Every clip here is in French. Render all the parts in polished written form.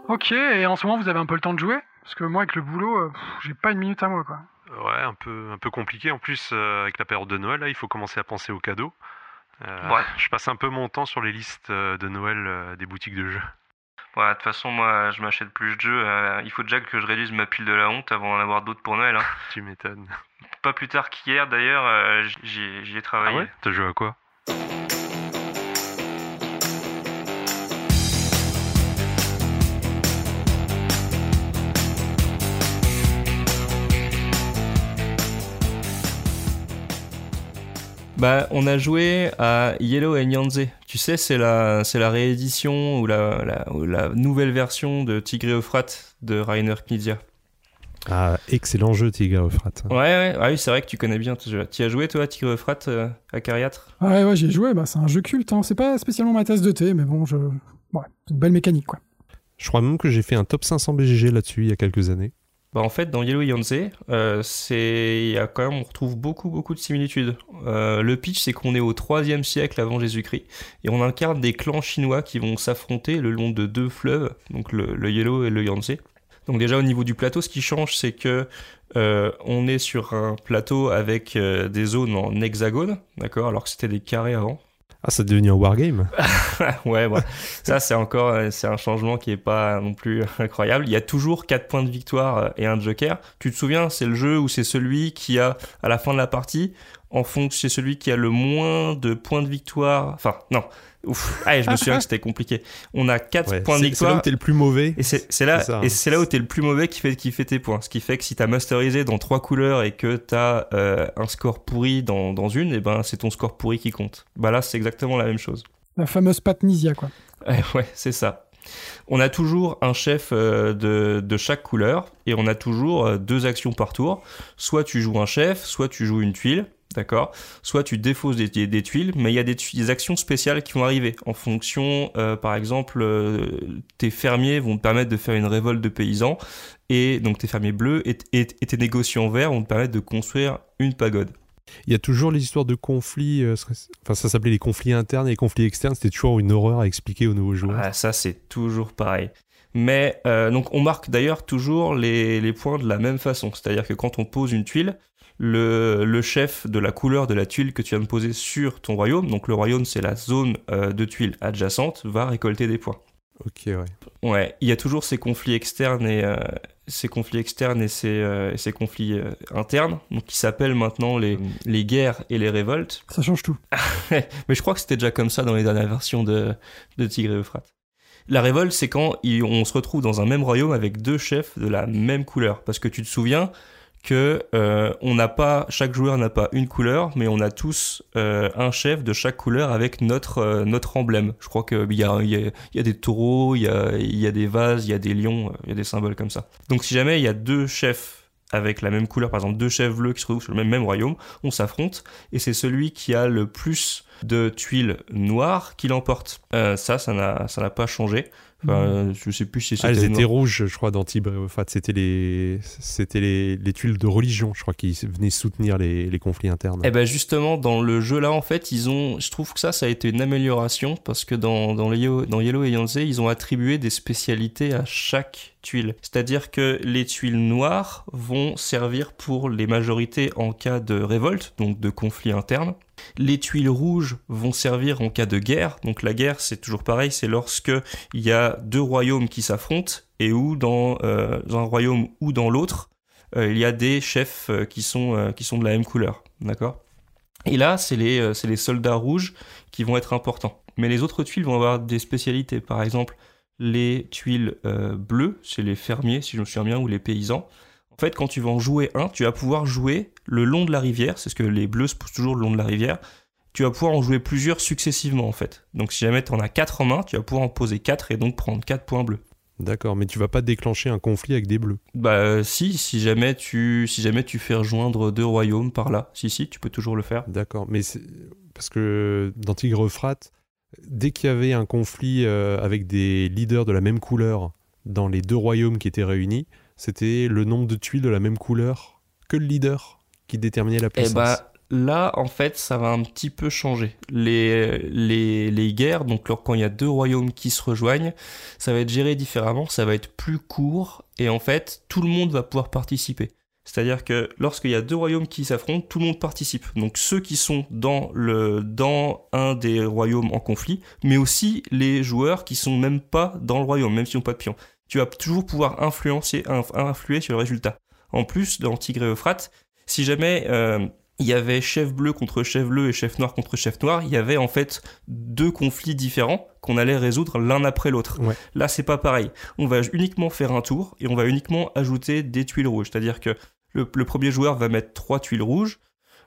Ok, et en ce moment vous avez un peu le temps de jouer? Parce que moi avec le boulot, j'ai pas une minute à moi quoi. Ouais, un peu compliqué. En plus, avec la période de Noël, là, il faut commencer à penser aux cadeaux. Ouais. Je passe un peu mon temps sur les listes de Noël des boutiques de jeux. Ouais, de toute façon, moi, je m'achète plus de jeux. Il faut déjà que je réduise ma pile de la honte avant d'en avoir d'autres pour Noël. Hein. Tu m'étonnes. Pas plus tard qu'hier, d'ailleurs, j'y ai Ah travaillé. ouais? T'as joué à quoi? Bah, on a joué à Yellow and Yanze. Tu sais, c'est la réédition ou la nouvelle version de Tigre et Euphrates de Rainer Knizia. Ah, excellent jeu, Tigre Euphrate. Ouais. Ah oui, c'est vrai que tu connais bien. Tu y as joué, toi, Tigre et Euphrates, à Cariatre? Ouais, j'y ai joué, c'est un jeu culte, hein. C'est pas spécialement ma tasse de thé, mais bon, ouais, c'est une belle mécanique, quoi. Je crois même que j'ai fait un top 500 BGG là-dessus il y a quelques années. Bah en fait, dans Yellow et Yanze, il y a quand même, on retrouve beaucoup de similitudes. Le pitch, c'est qu'on est au 3e siècle avant Jésus-Christ, et on incarne des clans chinois qui vont s'affronter le long de 2 fleuves, donc le Yellow et le Yangtze. Donc déjà au niveau du plateau, ce qui change, c'est que on est sur un plateau avec des zones en hexagone, d'accord, alors que c'était des carrés avant. Ah, ça est devenu un wargame. Ouais. Ça, c'est un changement qui est pas non plus incroyable. Il y a toujours 4 points de victoire et un joker. Tu te souviens, c'est le jeu où c'est celui qui a, à la fin de la partie, en fonction, c'est celui qui a le moins de points de victoire. Enfin, non. Ouf. Ah, je me souviens que c'était compliqué. On a 4 points de victoire. C'est là où t'es le plus mauvais. Et c'est là où t'es le plus mauvais qui fait tes points. Ce qui fait que si t'as masterisé dans 3 couleurs et que t'as un score pourri dans une, et ben c'est ton score pourri qui compte. Bah là, c'est exactement la même chose. La fameuse Patnisia, quoi. Ouais, c'est ça. On a toujours un chef de chaque couleur et on a toujours 2 actions par tour. Soit tu joues un chef, soit tu joues une tuile. D'accord. Soit tu défausses des tuiles, mais il y a des actions spéciales qui vont arriver en fonction, par exemple, tes fermiers vont te permettre de faire une révolte de paysans, et donc tes fermiers bleus et tes négociants verts vont te permettre de construire une pagode. Il y a toujours les histoires de conflits, ça s'appelait les conflits internes et les conflits externes, c'était toujours une horreur à expliquer aux nouveaux joueurs. Ah, ça c'est toujours pareil. Mais donc on marque d'ailleurs toujours les points de la même façon, c'est-à-dire que quand on pose une tuile, le chef de la couleur de la tuile que tu viens de poser sur ton royaume, donc le royaume c'est la zone de tuiles adjacente, va récolter des points. Ok, ouais. Ouais, il y a toujours ces conflits externes et ces conflits internes, donc qui s'appellent maintenant les guerres et les révoltes. Ça change tout. Mais je crois que c'était déjà comme ça dans les dernières versions de Tigre et Euphrates. La révolte, c'est quand on se retrouve dans un même royaume avec 2 chefs de la même couleur, parce que tu te souviens que chaque joueur n'a pas une couleur, mais on a tous un chef de chaque couleur avec notre emblème. Je crois qu'il y a des taureaux, il y a des vases, il y a des lions, il y a des symboles comme ça. Donc si jamais il y a 2 chefs avec la même couleur, par exemple 2 chefs bleus qui se retrouvent sur le même royaume, on s'affronte, et c'est celui qui a le plus de tuiles noires qui l'emporte. Ça n'a pas changé. Enfin, je sais plus si c'était... elles étaient rouges, je crois, dans Tigre et Euphrates. C'était les tuiles de religion, je crois, qui venaient soutenir les conflits internes. Et ben justement, dans le jeu là, en fait, je trouve que ça a été une amélioration, parce que dans Yellow et Yanze, ils ont attribué des spécialités à chaque tuile. C'est-à-dire que les tuiles noires vont servir pour les majorités en cas de révolte, donc de conflit interne. Les tuiles rouges vont servir en cas de guerre. Donc la guerre, c'est toujours pareil, c'est lorsque il y a 2 royaumes qui s'affrontent et où dans un royaume ou dans l'autre, il y a des chefs qui sont de la même couleur, d'accord ? Et là, c'est les soldats rouges qui vont être importants. Mais les autres tuiles vont avoir des spécialités. Par exemple, les tuiles bleues, c'est les fermiers, si je me souviens bien, ou les paysans. En fait, quand tu vas en jouer un, tu vas pouvoir jouer le long de la rivière, c'est ce que les bleus se posent toujours le long de la rivière. Tu vas pouvoir en jouer plusieurs successivement, en fait. Donc si jamais tu en as 4 en main, tu vas pouvoir en poser 4 et donc prendre 4 points bleus. D'accord, mais tu vas pas déclencher un conflit avec des bleus. Bah si jamais tu fais rejoindre 2 royaumes par là. Si, tu peux toujours le faire. D'accord, mais c'est... parce que dans Tigre Euphrate, dès qu'il y avait un conflit avec des leaders de la même couleur dans les 2 royaumes qui étaient réunis, c'était le nombre de tuiles de la même couleur que le leader qui déterminait la puissance. Et bah Là, en fait, ça va un petit peu changer. Les guerres, donc quand il y a deux royaumes qui se rejoignent, ça va être géré différemment, ça va être plus court, et en fait, tout le monde va pouvoir participer. C'est-à-dire que lorsqu'il y a deux royaumes qui s'affrontent, tout le monde participe. Donc ceux qui sont dans un des royaumes en conflit, mais aussi les joueurs qui sont même pas dans le royaume, même s'ils n'ont pas de pion. Tu vas toujours pouvoir influer sur le résultat. En plus, dans Tigre et Euphrate, si jamais il y avait chef bleu contre chef bleu et chef noir contre chef noir, il y avait en fait deux conflits différents qu'on allait résoudre l'un après l'autre. Ouais. Là, c'est pas pareil. On va uniquement faire un tour et on va uniquement ajouter des tuiles rouges. C'est-à-dire que le premier joueur va mettre 3 tuiles rouges,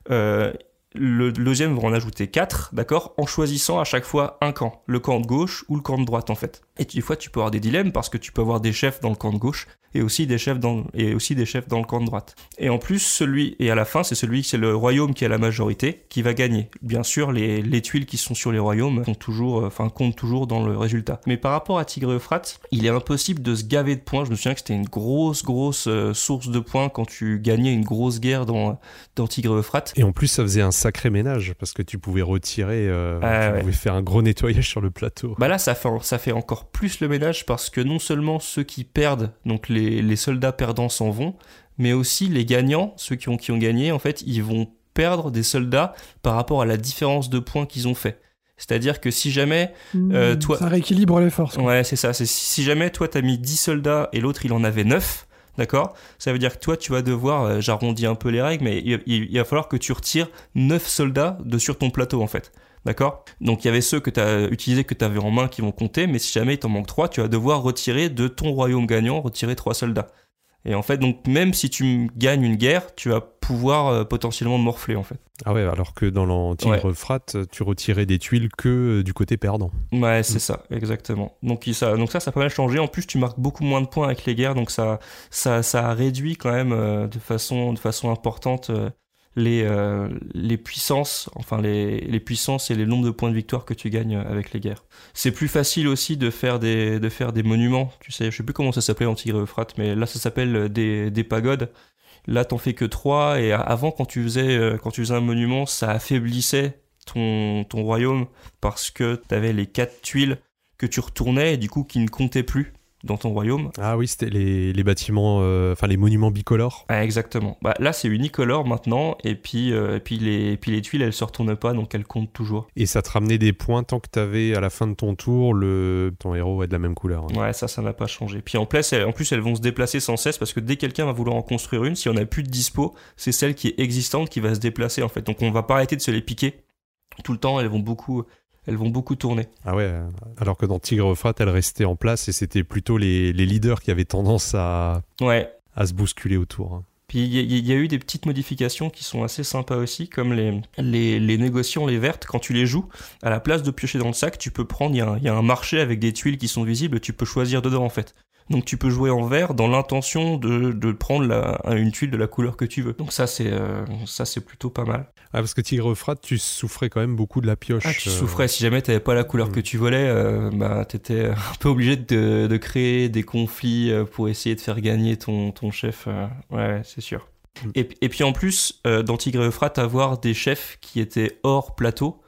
le deuxième va en ajouter 4, d'accord, en choisissant à chaque fois un camp, le camp de gauche ou le camp de droite en fait. Et des fois tu peux avoir des dilemmes parce que tu peux avoir des chefs dans le camp de gauche et aussi des chefs dans le camp de droite. Et en plus à la fin c'est le royaume qui a la majorité qui va gagner. Bien sûr les tuiles qui sont sur les royaumes comptent toujours dans le résultat. Mais par rapport à Tigre et Euphrate, il est impossible de se gaver de points. Je me souviens que c'était une grosse source de points quand tu gagnais une grosse guerre dans Tigre et Euphrate. Et en plus ça faisait un sacré ménage parce que tu pouvais retirer, pouvais faire un gros nettoyage sur le plateau. Bah là ça fait encore plus le ménage parce que non seulement ceux qui perdent, donc les soldats perdants s'en vont, mais aussi les gagnants, ceux qui ont gagné, en fait, ils vont perdre des soldats par rapport à la différence de points qu'ils ont fait. C'est-à-dire que si jamais toi... Ça rééquilibre les forces. Ouais, c'est ça. Si jamais toi t'as mis 10 soldats et l'autre il en avait 9, d'accord ? Ça veut dire que toi tu vas devoir, j'arrondis un peu les règles, mais il va falloir que tu retires 9 soldats de sur ton plateau en fait. D'accord ? Donc il y avait ceux que tu as utilisés, que tu avais en main qui vont compter, mais si jamais il t'en manque 3, tu vas devoir retirer de ton royaume gagnant, retirer 3 soldats. Et en fait, donc même si tu gagnes une guerre, tu vas pouvoir potentiellement morfler en fait. Ah ouais, alors que dans l'Antigre Euphrate, tu retirais des tuiles que du côté perdant. Ouais, c'est ça, exactement. Donc ça a pas mal changé. En plus, tu marques beaucoup moins de points avec les guerres, donc ça a réduit quand même de façon importante les puissances, enfin les puissances et les nombres de points de victoire que tu gagnes avec les guerres. C'est plus facile aussi de faire des monuments, tu sais, je sais plus comment ça s'appelait en Tigre et Euphrate, mais là ça s'appelle des pagodes. Là t'en fais que 3 et avant quand tu faisais un monument, ça affaiblissait ton royaume parce que t'avais les 4 tuiles que tu retournais et du coup qui ne comptaient plus dans ton royaume. Ah oui, c'était les bâtiments, les monuments bicolores. Ah, exactement. Bah, là, c'est unicolore maintenant, et puis les tuiles, elles se retournent pas, donc elles comptent toujours. Et ça te ramenait des points tant que t'avais, à la fin de ton tour, ton héros est de la même couleur. Hein. Ouais, ça n'a pas changé. Puis en plus, elles vont se déplacer sans cesse, parce que dès que quelqu'un va vouloir en construire une, si on n'a plus de dispo, c'est celle qui est existante qui va se déplacer, en fait. Donc on va pas arrêter de se les piquer. Tout le temps, elles vont beaucoup tourner. Ah ouais, alors que dans Tigre et Euphrate, elles restaient en place et c'était plutôt les leaders qui avaient tendance à se bousculer autour. Hein. Puis il y a eu des petites modifications qui sont assez sympas aussi, comme les négociants, les vertes, quand tu les joues, à la place de piocher dans le sac, tu peux prendre, il y a un marché avec des tuiles qui sont visibles, tu peux choisir dedans en fait. Donc tu peux jouer en vert dans l'intention de prendre une tuile de la couleur que tu veux. Donc ça c'est plutôt pas mal. Ah, parce que Tigre et Euphrate, tu souffrais quand même beaucoup de la pioche. Ah, tu souffrais. Si jamais t'avais pas la couleur que tu voulais, t'étais un peu obligé de créer des conflits pour essayer de faire gagner ton chef. Ouais, c'est sûr. Et puis en plus, dans Tigre et Euphrate, avoir des chefs qui étaient hors plateau,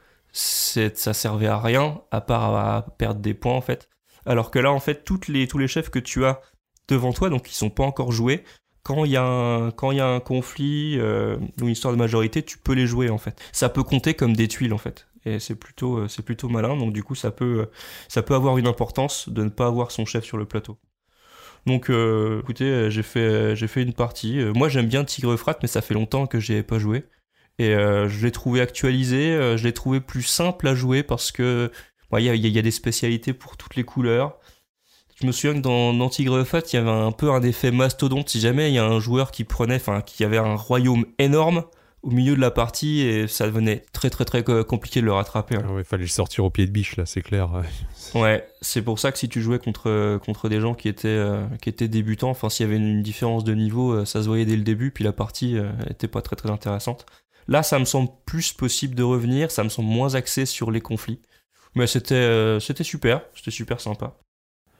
ça servait à rien, à part à perdre des points en fait. Alors que là, en fait, tous les chefs que tu as devant toi, donc qui sont pas encore joués, quand il y a un conflit ou une histoire de majorité, tu peux les jouer en fait. Ça peut compter comme des tuiles en fait. Et c'est plutôt malin. Donc du coup, ça peut avoir une importance de ne pas avoir son chef sur le plateau. Donc écoutez, j'ai fait une partie. Moi, j'aime bien Tigre et Euphrate, mais ça fait longtemps que j'y ai pas joué. Et je l'ai trouvé actualisé. Je l'ai trouvé plus simple à jouer parce que il y a des spécialités pour toutes les couleurs. Je me souviens que dans Tigre et Euphrate, il y avait un peu un effet mastodonte. Si jamais il y a un joueur qui avait un royaume énorme au milieu de la partie, et ça devenait très très très compliqué de le rattraper. Hein. Ah ouais, fallait le sortir au pied de biche là, c'est clair. Ouais, c'est pour ça que si tu jouais contre des gens qui étaient débutants, enfin s'il y avait une différence de niveau, ça se voyait dès le début, puis la partie était pas très très intéressante. Là, ça me semble plus possible de revenir, ça me semble moins axé sur les conflits. Mais c'était super sympa.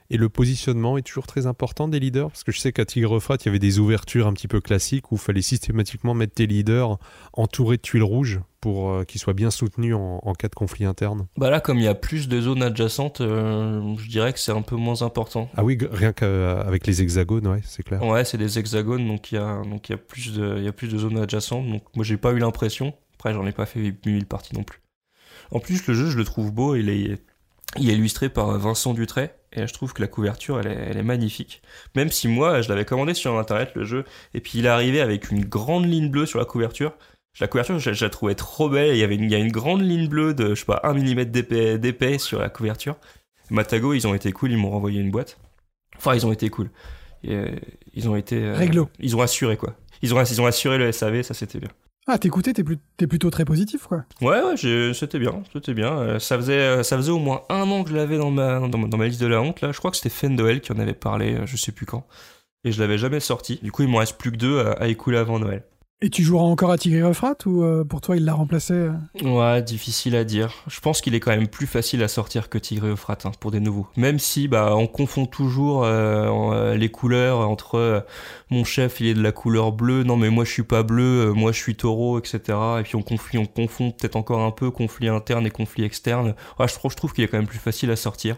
Et le positionnement est toujours très important des leaders, parce que je sais qu'à Tigre Euphrate, il y avait des ouvertures un petit peu classiques où il fallait systématiquement mettre tes leaders entourés de tuiles rouges pour qu'ils soient bien soutenus en cas de conflit interne. Bah là, comme il y a plus de zones adjacentes, je dirais que c'est un peu moins important. Ah oui, rien qu'avec les hexagones, ouais, c'est clair. Ouais, c'est des hexagones, donc il y a plus de zones adjacentes. Donc moi, j'ai pas eu l'impression. Après, j'en ai pas fait 1000 parties non plus. En plus, le jeu, je le trouve beau. Il est illustré par Vincent Dutray. Et je trouve que la couverture, elle est magnifique. Même si moi, je l'avais commandé sur Internet, le jeu. Et puis, il est arrivé avec une grande ligne bleue sur la couverture. La couverture, je la trouvais trop belle. Il y a une grande ligne bleue de, je sais pas, 1 mm d'épais sur la couverture. Matago, ils ont été cool. Ils m'ont renvoyé une boîte. Enfin, ils ont été cool. Ils ont été... Réglo. Ils ont assuré, quoi. Ils ont assuré le SAV, ça, c'était bien. Ah, t'écoutais, t'es plutôt très positif, quoi. Ouais, c'était bien. Ça faisait au moins 1 an que je l'avais dans ma liste de la honte, là. Je crois que c'était Fendoel qui en avait parlé, je sais plus quand. Et je l'avais jamais sorti. Du coup, il m'en reste plus que 2 à écouler avant Noël. Et tu joueras encore à Tigre Euphrate ou pour toi il l'a remplacé Ouais, difficile à dire. Je pense qu'il est quand même plus facile à sortir que Tigre Euphrate pour des nouveaux. Même si on confond toujours les couleurs entre mon chef il est de la couleur bleue, non mais moi je suis pas bleu, moi je suis taureau, etc. Et puis on confond peut-être encore un peu conflit interne et conflit externe. Ouais, je trouve qu'il est quand même plus facile à sortir.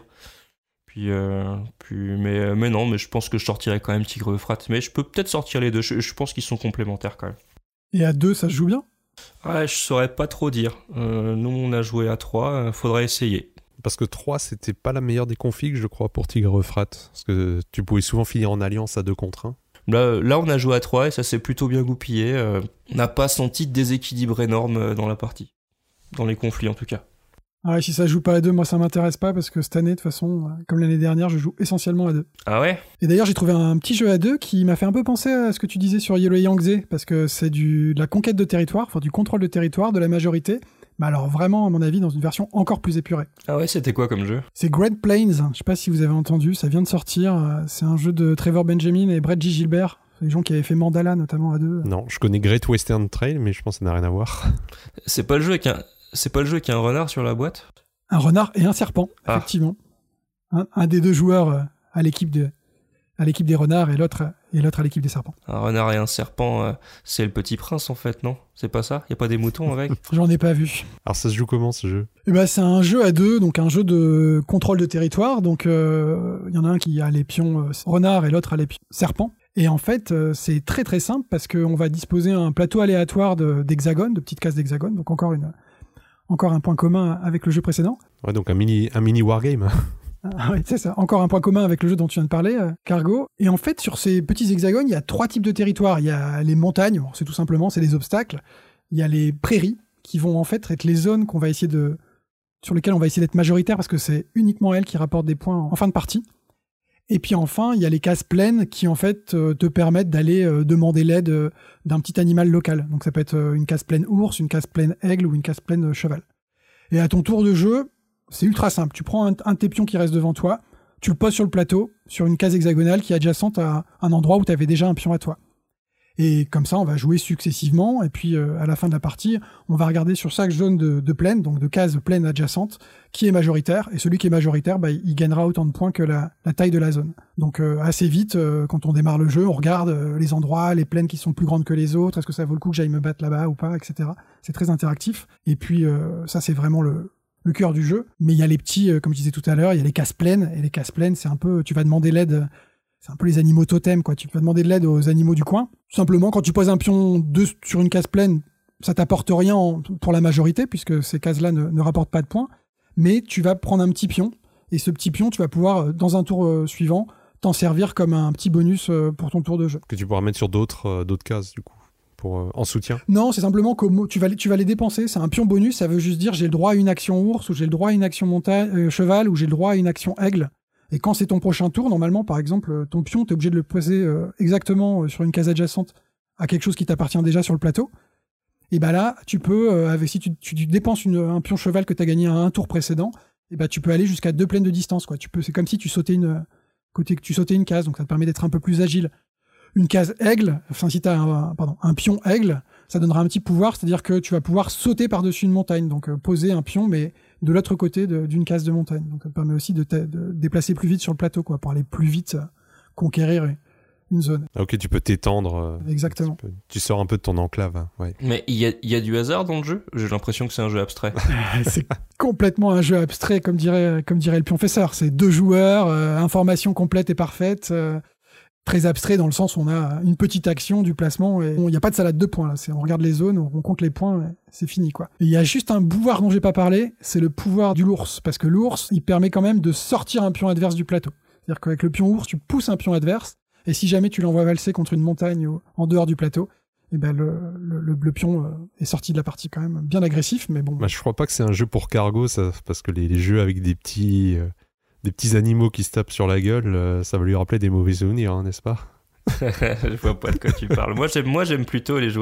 Mais non, mais je pense que je sortirai quand même Tigre Euphrate. Mais je peux peut-être sortir les deux. Je pense qu'ils sont complémentaires quand même. Et à 2, ça se joue bien? Ouais, je saurais pas trop dire. Nous, on a joué à 3, faudrait essayer. Parce que 3, c'était pas la meilleure des configs, je crois, pour Tigre Euphrate. Parce que tu pouvais souvent finir en alliance à 2 contre 1. Là, on a joué à 3 et ça s'est plutôt bien goupillé. On n'a pas senti de déséquilibre énorme dans la partie. Dans les conflits, en tout cas. Ah ouais, si ça joue pas à 2, moi ça m'intéresse pas parce que cette année, de toute façon, comme l'année dernière, je joue essentiellement à 2. Ah ouais? Et d'ailleurs, j'ai trouvé un petit jeu à 2 qui m'a fait un peu penser à ce que tu disais sur Yellow et Yangtze, parce que c'est de la conquête de territoire, enfin du contrôle de territoire de la majorité, mais alors vraiment, à mon avis, dans une version encore plus épurée. Ah ouais, c'était quoi comme jeu? C'est Great Plains, je sais pas si vous avez entendu, ça vient de sortir, c'est un jeu de Trevor Benjamin et Brett J. Gilbert, les gens qui avaient fait Mandala notamment à 2. Non, je connais Great Western Trail, mais je pense que ça n'a rien à voir. C'est pas le jeu avec un renard sur la boîte? Un renard et un serpent, effectivement. Un des 2 joueurs à l'équipe des renards et l'autre à l'équipe des serpents. Un renard et un serpent, c'est le Petit Prince en fait, non? C'est pas ça? Y a pas des moutons avec? J'en ai pas vu. Alors ça se joue comment ce jeu? C'est un jeu à 2, donc un jeu de contrôle de territoire. Donc y en a un qui a les pions renards et l'autre a les pions serpents. Et en fait, c'est très très simple parce qu'on va disposer un plateau aléatoire d'hexagones, de petites cases d'hexagones. Donc encore un point commun avec le jeu précédent. Ouais, donc un mini wargame. Ah oui, c'est ça. Encore un point commun avec le jeu dont tu viens de parler, Cargo. Et en fait, sur ces petits hexagones, il y a 3 types de territoires. Il y a les montagnes, c'est tout simplement, c'est des obstacles. Il y a les prairies, qui vont en fait être les zones sur lesquelles on va essayer d'être majoritaire, parce que c'est uniquement elles qui rapportent des points en fin de partie. Et puis enfin, il y a les cases pleines qui en fait te permettent d'aller demander l'aide d'un petit animal local. Donc ça peut être une case pleine ours, une case pleine aigle ou une case pleine cheval. Et à ton tour de jeu, c'est ultra simple. Tu prends un de tes pions qui reste devant toi, tu le poses sur le plateau, sur une case hexagonale qui est adjacente à un endroit où tu avais déjà un pion à toi. Et comme ça, on va jouer successivement, et puis à la fin de la partie, on va regarder sur chaque zone de plaine, donc de cases pleines adjacentes, qui est majoritaire, et celui qui est majoritaire, il gagnera autant de points que la taille de la zone. Donc assez vite, quand on démarre le jeu, on regarde les endroits, les plaines qui sont plus grandes que les autres, est-ce que ça vaut le coup que j'aille me battre là-bas ou pas, etc. C'est très interactif, et puis ça c'est vraiment le cœur du jeu. Mais il y a les petits, comme je disais tout à l'heure, il y a les cases pleines, et les cases pleines, c'est un peu, tu vas demander l'aide... C'est un peu les animaux totems, quoi. Tu vas demander de l'aide aux animaux du coin. Tout simplement, quand tu poses un pion 2 sur une case pleine, ça t'apporte rien pour la majorité, puisque ces cases-là ne rapportent pas de points. Mais tu vas prendre un petit pion, et ce petit pion, tu vas pouvoir, dans un tour suivant, t'en servir comme un petit bonus pour ton tour de jeu. Que tu pourras mettre sur d'autres cases, du coup, en soutien. Non, c'est simplement que tu vas les dépenser. C'est un pion bonus, ça veut juste dire j'ai le droit à une action ours, ou j'ai le droit à une action cheval, ou j'ai le droit à une action aigle. Et quand c'est ton prochain tour, normalement, par exemple, ton pion, t'es obligé de le poser exactement sur une case adjacente à quelque chose qui t'appartient déjà sur le plateau. Et là, tu peux, si tu dépenses un pion cheval que t'as gagné à un tour précédent, et tu peux aller jusqu'à 2 plaines de distance, quoi. C'est comme si tu sautais une case, donc ça te permet d'être un peu plus agile. Une case aigle, enfin si t'as un pion aigle, ça donnera un petit pouvoir, c'est-à-dire que tu vas pouvoir sauter par-dessus une montagne, donc poser un pion, mais de l'autre côté d'une case de montagne. Donc ça te permet aussi de déplacer plus vite sur le plateau, quoi, pour aller plus vite conquérir une zone. Ok, tu peux t'étendre. Exactement. Tu sors un peu de ton enclave. Hein, ouais. Mais il y a du hasard dans le jeu. J'ai l'impression que c'est un jeu abstrait. C'est complètement un jeu abstrait, comme dirait le pionfesseur. C'est 2 joueurs, information complète et parfaite. Très abstrait dans le sens où on a une petite action du placement et il n'y a pas de salade de points là. On regarde les zones, on compte les points, et c'est fini quoi. Et il y a juste un pouvoir dont j'ai pas parlé, c'est le pouvoir du l'ours, parce que l'ours, il permet quand même de sortir un pion adverse du plateau. C'est-à-dire qu'avec le pion ours, tu pousses un pion adverse et si jamais tu l'envoies valser contre une montagne ou en dehors du plateau, et ben le pion est sorti de la partie quand même, bien agressif, mais bon. Bah, je crois pas que c'est un jeu pour cargo, ça, parce que les jeux avec des petits animaux qui se tapent sur la gueule, ça va lui rappeler des mauvais souvenirs, hein, n'est-ce pas? Je vois pas de quoi tu parles. Moi j'aime plutôt les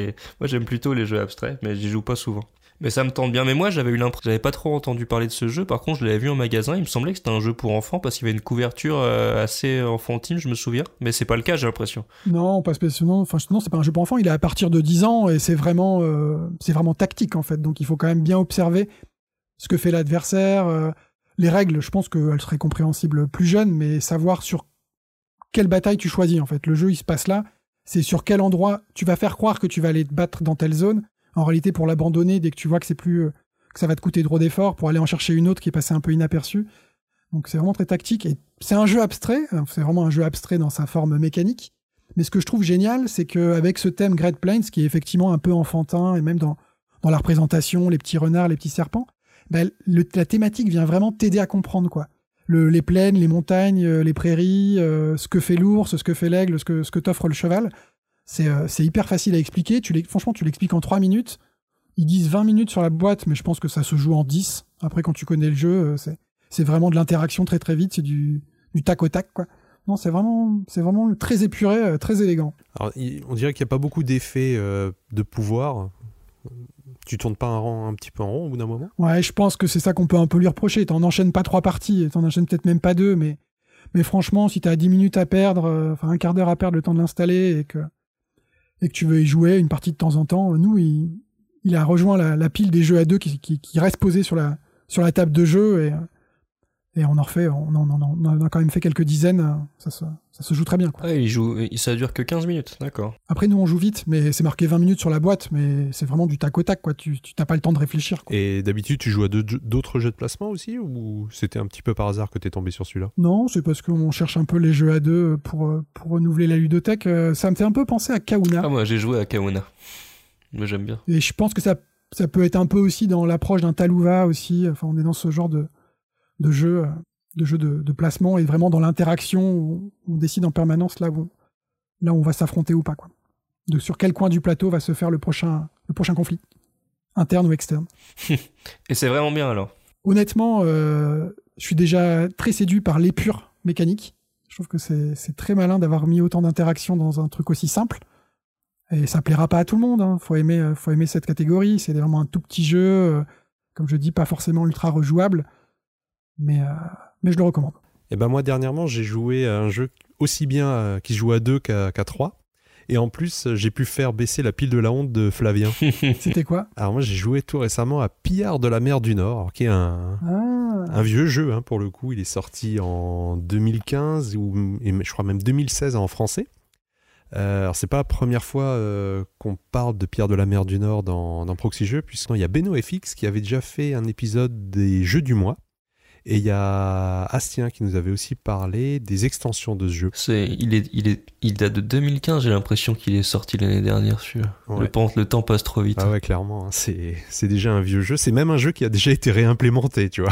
jeux abstraits, mais j'y joue pas souvent. Mais ça me tente bien. Mais moi j'avais pas trop entendu parler de ce jeu. Par contre, je l'avais vu en magasin. Il me semblait que c'était un jeu pour enfants parce qu'il y avait une couverture assez enfantine, je me souviens. Mais c'est pas le cas, j'ai l'impression. Non, pas spécialement. Enfin, non, c'est pas un jeu pour enfants. Il est à partir de 10 ans et c'est vraiment tactique en fait. Donc il faut quand même bien observer ce que fait l'adversaire. Les règles, je pense qu'elles seraient compréhensibles plus jeunes, mais savoir sur quelle bataille tu choisis, en fait. Le jeu, il se passe là. C'est sur quel endroit tu vas faire croire que tu vas aller te battre dans telle zone. En réalité, pour l'abandonner, dès que tu vois que que ça va te coûter trop d'efforts, pour aller en chercher une autre qui est passée un peu inaperçue. Donc, c'est vraiment très tactique. Et c'est un jeu abstrait. C'est vraiment un jeu abstrait dans sa forme mécanique. Mais ce que je trouve génial, c'est qu'avec ce thème Great Plains, qui est effectivement un peu enfantin, et même dans la représentation, les petits renards, les petits serpents, la thématique vient vraiment t'aider à comprendre quoi. Les plaines, les montagnes, les prairies, ce que fait l'ours, ce que fait l'aigle, ce que t'offre le cheval, c'est hyper facile à expliquer. Franchement, tu l'expliques en 3 minutes. Ils disent 20 minutes sur la boîte, mais je pense que ça se joue en 10. Après, quand tu connais le jeu, c'est vraiment de l'interaction très très vite, c'est du tac au tac quoi. Non, c'est vraiment très épuré, très élégant. Alors, on dirait qu'il n'y a pas beaucoup d'effets de pouvoir. Tu tournes pas un petit peu en rond au bout d'un moment? Ouais, je pense que c'est ça qu'on peut un peu lui reprocher. T'en enchaînes pas 3 parties, t'en enchaînes peut-être même pas 2, mais franchement, si t'as 10 minutes à perdre, enfin un quart d'heure à perdre le temps de l'installer et que tu veux y jouer une partie de temps en temps, nous, il a rejoint la pile des jeux à 2 qui reste posée sur la table de jeu et on en a quand même fait quelques dizaines, ça se joue très bien, quoi. Ouais, ça dure que 15 minutes, d'accord. Après, nous, on joue vite, mais c'est marqué 20 minutes sur la boîte, mais c'est vraiment du tac au tac, quoi. Tu n'as pas le temps de réfléchir, quoi. Et d'habitude, tu joues à d'autres jeux de placement aussi, ou c'était un petit peu par hasard que t'es tombé sur celui-là? Non, c'est parce qu'on cherche un peu les jeux à 2 pour renouveler la ludothèque. Ça me fait un peu penser à Kauna. Ah, moi, j'ai joué à Kauna. Mais j'aime bien. Et je pense que ça peut être un peu aussi dans l'approche d'un Talouva aussi. Enfin, on est dans ce genre de jeu de placement et vraiment dans l'interaction où on décide en permanence là où on va s'affronter ou pas, quoi. Sur quel coin du plateau va se faire le prochain conflit, interne ou externe. Et c'est vraiment bien alors. Honnêtement, je suis déjà très séduit par l'épure mécanique. Je trouve que c'est très malin d'avoir mis autant d'interactions dans un truc aussi simple. Et ça plaira pas à tout le monde, hein. Faut aimer cette catégorie. C'est vraiment un tout petit jeu, comme je dis, pas forcément ultra rejouable. Mais je le recommande. Et ben moi, dernièrement, j'ai joué à un jeu aussi bien qui se joue à 2 qu'à 3. Et en plus, j'ai pu faire baisser la pile de la honte de Flavien. C'était quoi? Alors moi, j'ai joué tout récemment à Pillard de la mer du Nord, qui est un vieux jeu, hein, pour le coup. Il est sorti en 2015, et je crois même 2016 en français. Alors c'est pas la première fois qu'on parle de Pillard de la mer du Nord dans Proxy Jeux, puisqu'il y a Beno FX qui avait déjà fait un épisode des jeux du mois. Et il y a Astien qui nous avait aussi parlé des extensions de ce jeu. Il date de 2015, j'ai l'impression qu'il est sorti l'année dernière. Ouais. Le temps passe trop vite. Ah ouais, clairement, hein, c'est déjà un vieux jeu. C'est même un jeu qui a déjà été réimplémenté, tu vois.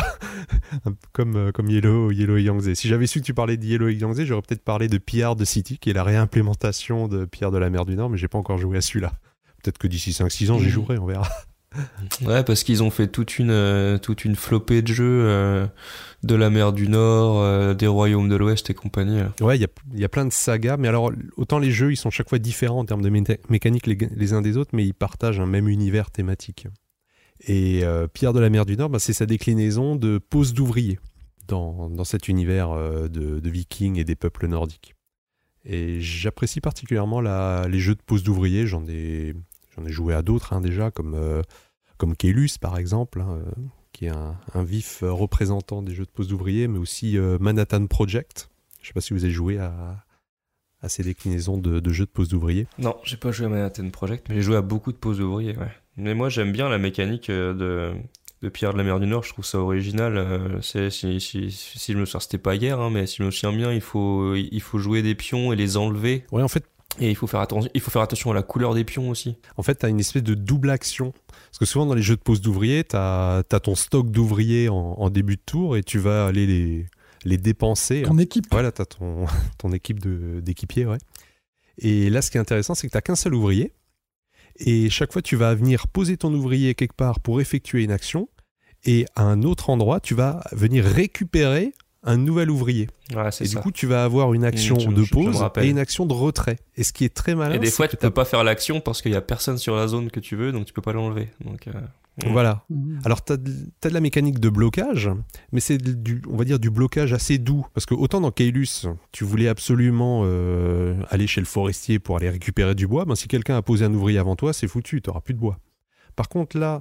comme Yellow et Yangtze. Si j'avais su que tu parlais de Yellow et Yangtze, j'aurais peut-être parlé de Pillard de City, qui est la réimplémentation de Pillard de la mer du Nord, mais j'ai pas encore joué à celui-là. Peut-être que d'ici 5-6 ans, j'y jouerai, on verra. Ouais, parce qu'ils ont fait toute une flopée de jeux de la mer du Nord, des royaumes de l'Ouest et compagnie. Ouais, il y a plein de sagas, mais alors autant les jeux ils sont chaque fois différents en termes de mécanique les uns des autres, mais ils partagent un même univers thématique. Et Pierre de la mer du Nord, c'est sa déclinaison de pose d'ouvriers dans cet univers de vikings et des peuples nordiques. Et j'apprécie particulièrement les jeux de pose d'ouvriers. J'en ai joué à d'autres, hein, déjà, comme Kélus par exemple, hein, qui est un vif représentant des jeux de pose d'ouvriers, mais aussi Manhattan Project. Je ne sais pas si vous avez joué à ces déclinaisons de jeux de pose d'ouvriers. Non, j'ai pas joué à Manhattan Project, mais j'ai joué à beaucoup de poses d'ouvriers, ouais. Mais moi, j'aime bien la mécanique de Pierre de la Mer du Nord, je trouve ça original. Si je me souviens, c'était pas hier, hein, mais si je me souviens bien, il faut jouer des pions et les enlever. Ouais, en fait. Et il faut faire attention à la couleur des pions aussi. En fait, tu as une espèce de double action. Parce que souvent, dans les jeux de pose d'ouvriers, tu as ton stock d'ouvriers en début de tour et tu vas aller les dépenser. Ton équipe. Voilà, tu as ton équipe d'équipiers, ouais. Et là, ce qui est intéressant, c'est que tu n'as qu'un seul ouvrier. Et chaque fois, tu vas venir poser ton ouvrier quelque part pour effectuer une action. Et à un autre endroit, tu vas venir récupérer un nouvel ouvrier. Ouais, c'est et ça. Du coup, tu vas avoir une action de pause et une action de retrait. Et ce qui est très malin, et des fois, tu peux pas faire l'action parce qu'il y a personne sur la zone que tu veux, donc tu peux pas l'enlever. Donc, voilà. Alors, tu as de la mécanique de blocage, mais c'est on va dire du blocage assez doux. Parce que autant dans Caylus, tu voulais absolument aller chez le forestier pour aller récupérer du bois, ben, si quelqu'un a posé un ouvrier avant toi, c'est foutu, tu n'auras plus de bois. Par contre, là,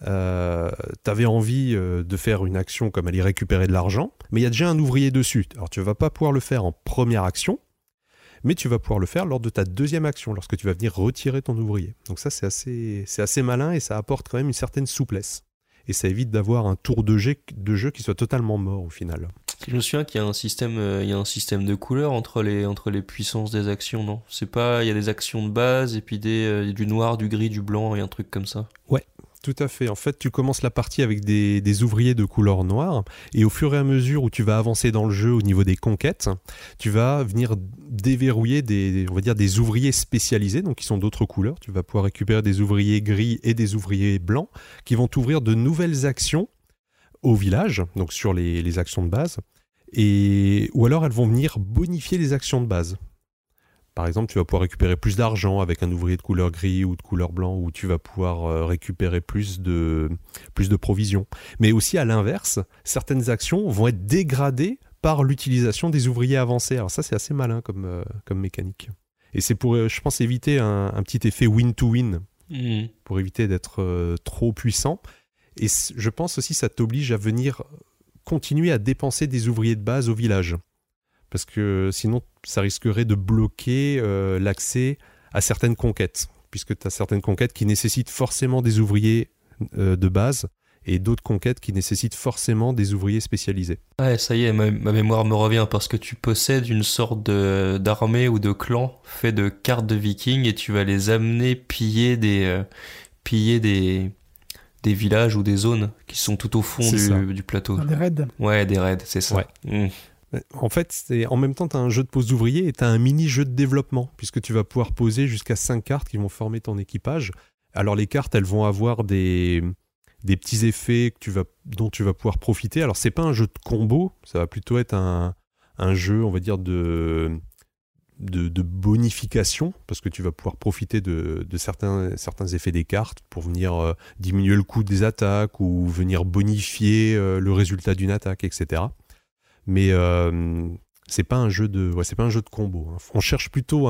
tu avais envie de faire une action comme aller récupérer de l'argent, mais il y a déjà un ouvrier dessus. Alors, tu ne vas pas pouvoir le faire en première action, mais tu vas pouvoir le faire lors de ta deuxième action, lorsque tu vas venir retirer ton ouvrier. Donc ça, c'est assez malin et ça apporte quand même une certaine souplesse. Et ça évite d'avoir un tour de jeu qui soit totalement mort au final. Je me souviens qu'il y a un système de couleurs entre les puissances des actions, non ? C'est pas, il y a des actions de base et puis du noir, du gris, du blanc et un truc comme ça. Ouais. Tout à fait. En fait, tu commences la partie avec des ouvriers de couleur noire et au fur et à mesure où tu vas avancer dans le jeu au niveau des conquêtes, tu vas venir déverrouiller on va dire des ouvriers spécialisés, donc qui sont d'autres couleurs. Tu vas pouvoir récupérer des ouvriers gris et des ouvriers blancs qui vont t'ouvrir de nouvelles actions au village, donc sur les actions de base, ou alors elles vont venir bonifier les actions de base. Par exemple, tu vas pouvoir récupérer plus d'argent avec un ouvrier de couleur gris ou de couleur blanc, ou tu vas pouvoir récupérer plus de provisions. Mais aussi, à l'inverse, certaines actions vont être dégradées par l'utilisation des ouvriers avancés. Alors ça, c'est assez malin comme mécanique. Et c'est pour, je pense, éviter un petit effet win-to-win, pour éviter d'être trop puissant. Et je pense aussi que ça t'oblige à venir continuer à dépenser des ouvriers de base au village. Parce que sinon, ça risquerait de bloquer l'accès à certaines conquêtes, puisque tu as certaines conquêtes qui nécessitent forcément des ouvriers de base, et d'autres conquêtes qui nécessitent forcément des ouvriers spécialisés. Ouais, ça y est, ma mémoire me revient, parce que tu possèdes une sorte d'armée ou de clan fait de cartes de vikings, et tu vas les amener piller des villages ou des zones qui sont tout au fond du plateau. Des raids. Ouais, des raids, c'est ça. Ouais. En fait, en même temps, tu as un jeu de pose d'ouvriers et tu as un mini-jeu de développement, puisque tu vas pouvoir poser jusqu'à 5 cartes qui vont former ton équipage. Alors les cartes, elles vont avoir des petits effets dont tu vas pouvoir profiter. Alors c'est pas un jeu de combo, ça va plutôt être un jeu, on va dire, de bonification, parce que tu vas pouvoir profiter de certains effets des cartes pour venir diminuer le coût des attaques ou venir bonifier le résultat d'une attaque, etc. Mais c'est pas un jeu de combo. Hein. On cherche plutôt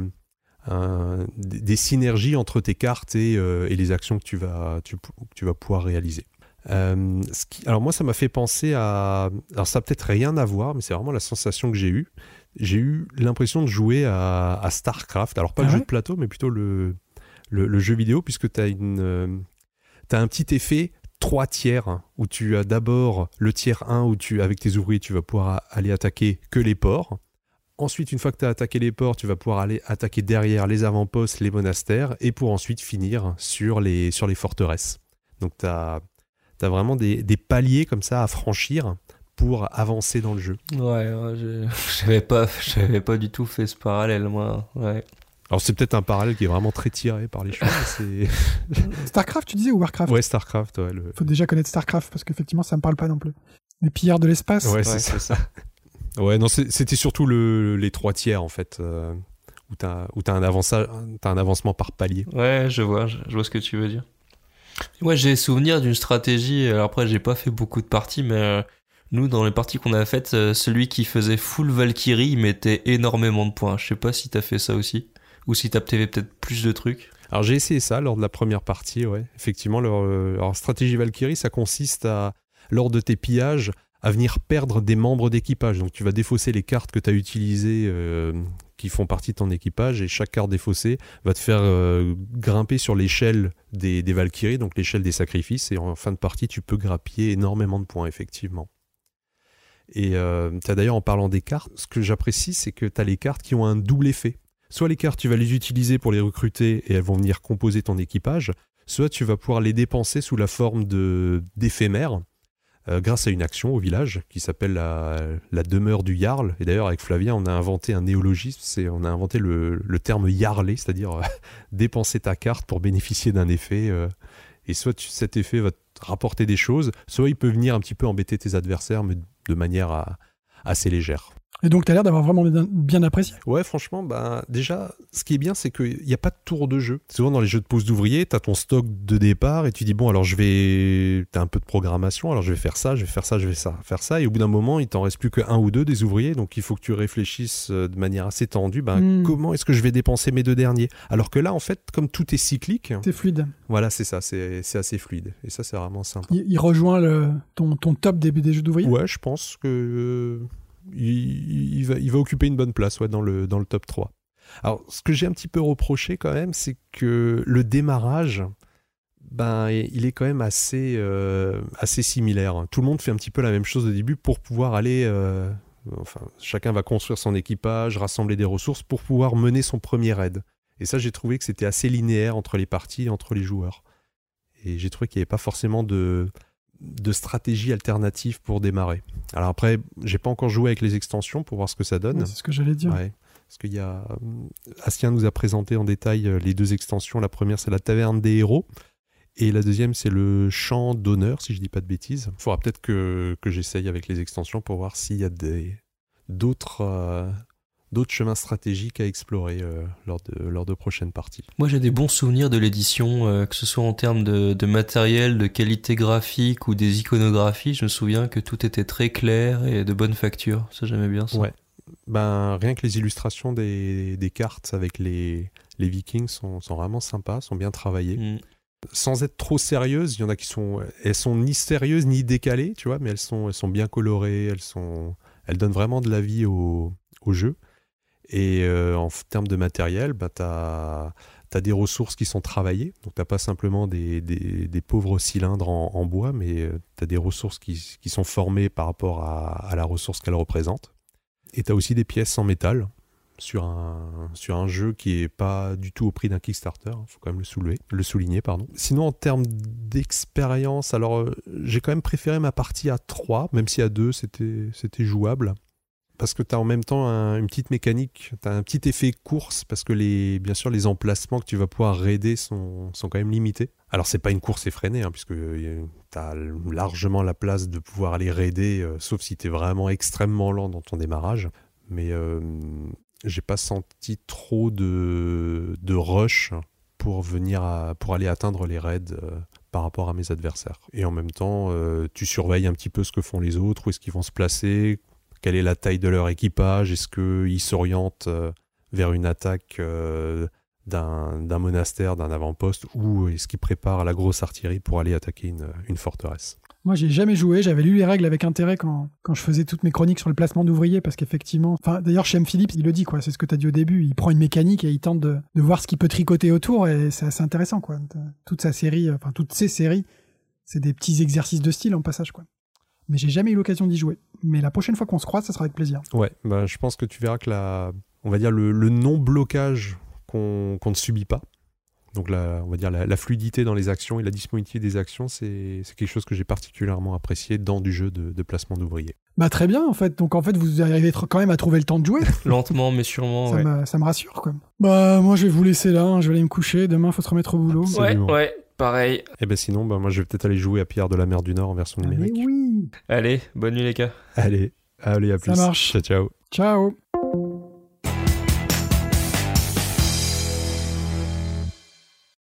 des synergies entre tes cartes et les actions que tu vas pouvoir réaliser. Alors moi, ça m'a fait penser à... Alors ça n'a peut-être rien à voir, mais c'est vraiment la sensation que j'ai eue. J'ai eu l'impression de jouer à StarCraft. Alors pas le jeu de plateau, mais plutôt le jeu vidéo, puisque tu as un petit effet 3 tiers, où tu as d'abord le tiers 1, où avec tes ouvriers, tu vas pouvoir aller attaquer que les ports. Ensuite, une fois que tu as attaqué les ports, tu vas pouvoir aller attaquer derrière les avant-postes, les monastères, et pour ensuite finir sur les forteresses. Donc tu as vraiment des paliers comme ça à franchir pour avancer dans le jeu. Ouais, j'avais pas du tout fait ce parallèle, moi. Ouais. Alors c'est peut-être un parallèle qui est vraiment très tiré par les cheveux. Starcraft, tu disais, ou Warcraft ? Ouais, Starcraft. Ouais, faut déjà connaître Starcraft, parce qu'effectivement, ça me parle pas non plus. Les pillards de l'espace. Ouais, c'est ça. Ouais, non, c'était surtout les 3 tiers, en fait, où t'as un avancement par palier. Ouais, je vois ce que tu veux dire. Ouais, j'ai souvenir d'une stratégie. Alors après, j'ai pas fait beaucoup de parties, mais nous, dans les parties qu'on a faites, celui qui faisait full Valkyrie, il mettait énormément de points. Je sais pas si t'as fait ça aussi. Ou si t'as peut-être plus de trucs. Alors j'ai essayé ça lors de la première partie, ouais. Effectivement, leur stratégie Valkyrie, ça consiste à, lors de tes pillages, à venir perdre des membres d'équipage. Donc tu vas défausser les cartes que tu as utilisées qui font partie de ton équipage, et chaque carte défaussée va te faire grimper sur l'échelle des Valkyries, donc l'échelle des sacrifices, et en fin de partie, tu peux grappiller énormément de points, effectivement. Et tu as d'ailleurs, en parlant des cartes, ce que j'apprécie, c'est que tu as les cartes qui ont un double effet. Soit les cartes, tu vas les utiliser pour les recruter et elles vont venir composer ton équipage, soit tu vas pouvoir les dépenser sous la forme d'éphémères, grâce à une action au village qui s'appelle la demeure du Jarl. Et d'ailleurs, avec Flavien, on a inventé un néologisme, on a inventé le terme Jarler, c'est-à-dire dépenser ta carte pour bénéficier d'un effet. Et soit cet effet va te rapporter des choses, soit il peut venir un petit peu embêter tes adversaires, mais de manière assez légère. Et donc, tu as l'air d'avoir vraiment bien apprécié. Ouais, franchement, déjà, ce qui est bien, c'est qu'il n'y a pas de tour de jeu. Souvent, dans les jeux de pose d'ouvriers, tu as ton stock de départ et tu dis, bon, alors tu as un peu de programmation, alors je vais faire ça, je vais faire ça, je vais faire ça. Et au bout d'un moment, il t'en reste plus qu'un ou deux des ouvriers, donc il faut que tu réfléchisses de manière assez tendue, comment est-ce que je vais dépenser mes deux derniers? Alors que là, en fait, comme tout est cyclique... C'est fluide. Voilà, c'est ça, c'est assez fluide. Et ça, c'est vraiment sympa. Il rejoint ton top des jeux d'ouvriers? Ouais, je pense que... Il va occuper une bonne place dans le top 3. Alors, ce que j'ai un petit peu reproché quand même, c'est que le démarrage, il est quand même assez similaire. Tout le monde fait un petit peu la même chose au début pour pouvoir aller... chacun va construire son équipage, rassembler des ressources pour pouvoir mener son premier raid. Et ça, j'ai trouvé que c'était assez linéaire entre les parties et entre les joueurs. Et j'ai trouvé qu'il n'y avait pas forcément de stratégie alternative pour démarrer. Alors après, j'ai pas encore joué avec les extensions pour voir ce que ça donne. Ouais, c'est ce que j'allais dire. Ouais, parce qu'il y a... Astien nous a présenté en détail les deux extensions. La première, c'est la Taverne des Héros. Et la deuxième, c'est le Champ d'Honneur, si je dis pas de bêtises. Il faudra peut-être que j'essaye avec les extensions pour voir s'il y a d'autres chemins stratégiques à explorer lors de prochaines parties. Moi, j'ai des bons souvenirs de l'édition, que ce soit en termes de matériel, de qualité graphique ou des iconographies. Je me souviens que tout était très clair et de bonne facture. Ça, j'aimais bien ça. Ouais. Rien que les illustrations des cartes avec les Vikings sont vraiment sympas, sont bien travaillées. Sans être trop sérieuses, il y en a elles sont ni sérieuses ni décalées, tu vois, mais elles sont bien colorées, elles donnent vraiment de la vie au jeu. Et en termes de matériel, t'as des ressources qui sont travaillées. Donc t'as pas simplement des pauvres cylindres en bois, mais t'as des ressources qui sont formées par rapport à la ressource qu'elles représentent. Et t'as aussi des pièces en métal sur un jeu qui est pas du tout au prix d'un Kickstarter. Faut quand même le souligner. Sinon, en termes d'expérience, alors j'ai quand même préféré ma partie à 3, même si à 2 c'était jouable. Parce que tu as en même temps une petite mécanique, tu as un petit effet course, parce que bien sûr les emplacements que tu vas pouvoir raider sont quand même limités. Alors c'est pas une course effrénée, puisque tu as largement la place de pouvoir aller raider, sauf si tu es vraiment extrêmement lent dans ton démarrage. Mais j'ai pas senti trop de rush pour aller atteindre les raids par rapport à mes adversaires. Et en même temps, tu surveilles un petit peu ce que font les autres, où est-ce qu'ils vont se placer, quelle est la taille de leur équipage, est-ce qu'ils s'orientent vers une attaque d'un monastère, d'un avant-poste, ou est-ce qu'ils préparent la grosse artillerie pour aller attaquer une forteresse. Moi, j'ai jamais joué, j'avais lu les règles avec intérêt quand je faisais toutes mes chroniques sur le placement d'ouvriers, parce qu'effectivement... D'ailleurs, Shem Phillips, il le dit, c'est ce que tu as dit au début, il prend une mécanique et il tente de voir ce qu'il peut tricoter autour, et c'est assez intéressant, Toute sa série, toutes ces séries, c'est des petits exercices de style en passage, Mais j'ai jamais eu l'occasion d'y jouer. Mais la prochaine fois qu'on se croise, ça sera avec plaisir. Ouais, je pense que tu verras que on va dire le non-blocage qu'on ne subit pas, donc on va dire la fluidité dans les actions et la disponibilité des actions, c'est quelque chose que j'ai particulièrement apprécié dans du jeu de placement d'ouvriers. Très bien, en fait. Donc, en fait, vous arrivez quand même à trouver le temps de jouer. Lentement, mais sûrement, ça me rassure, moi, je vais vous laisser là. Je vais aller me coucher. Demain, il faut se remettre au boulot. Ouais. Pareil. Et sinon, moi je vais peut-être aller jouer à Pierre de la Mer du Nord en version numérique. Oui. Allez, bonne nuit les gars. Allez, à plus. Ça marche. Ciao. Ciao.